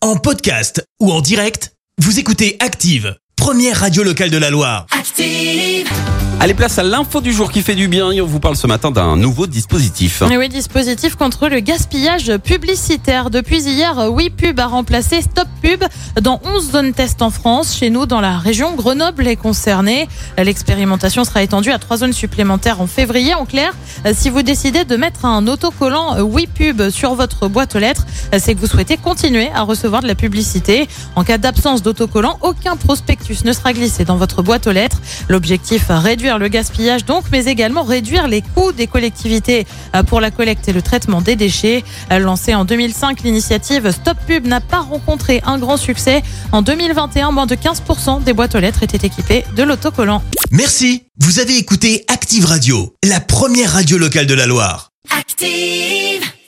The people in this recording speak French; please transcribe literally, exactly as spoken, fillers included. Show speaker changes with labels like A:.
A: En podcast ou en direct, vous écoutez Active, première radio locale de la Loire.
B: Active.
C: Allez, place à l'info du jour qui fait du bien et on vous parle ce matin d'un nouveau dispositif.
D: Et oui, dispositif contre le gaspillage publicitaire. Depuis hier, WePub a remplacé StopPub dans onze zones test en France. Chez nous, dans la région, Grenoble est concernée. L'expérimentation sera étendue à trois zones supplémentaires en février. En clair, si vous décidez de mettre un autocollant WePub sur votre boîte aux lettres, c'est que vous souhaitez continuer à recevoir de la publicité. En cas d'absence d'autocollant, aucun prospectus ne sera glissé dans votre boîte aux lettres. L'objectif, réduire le gaspillage donc, mais également réduire les coûts des collectivités pour la collecte et le traitement des déchets. Lancée en deux mille cinq, l'initiative StopPub n'a pas rencontré un grand succès. En deux mille vingt et un, moins de quinze pour cent des boîtes aux lettres étaient équipées de l'autocollant.
A: Merci, vous avez écouté Active Radio, la première radio locale de la Loire.
B: Active.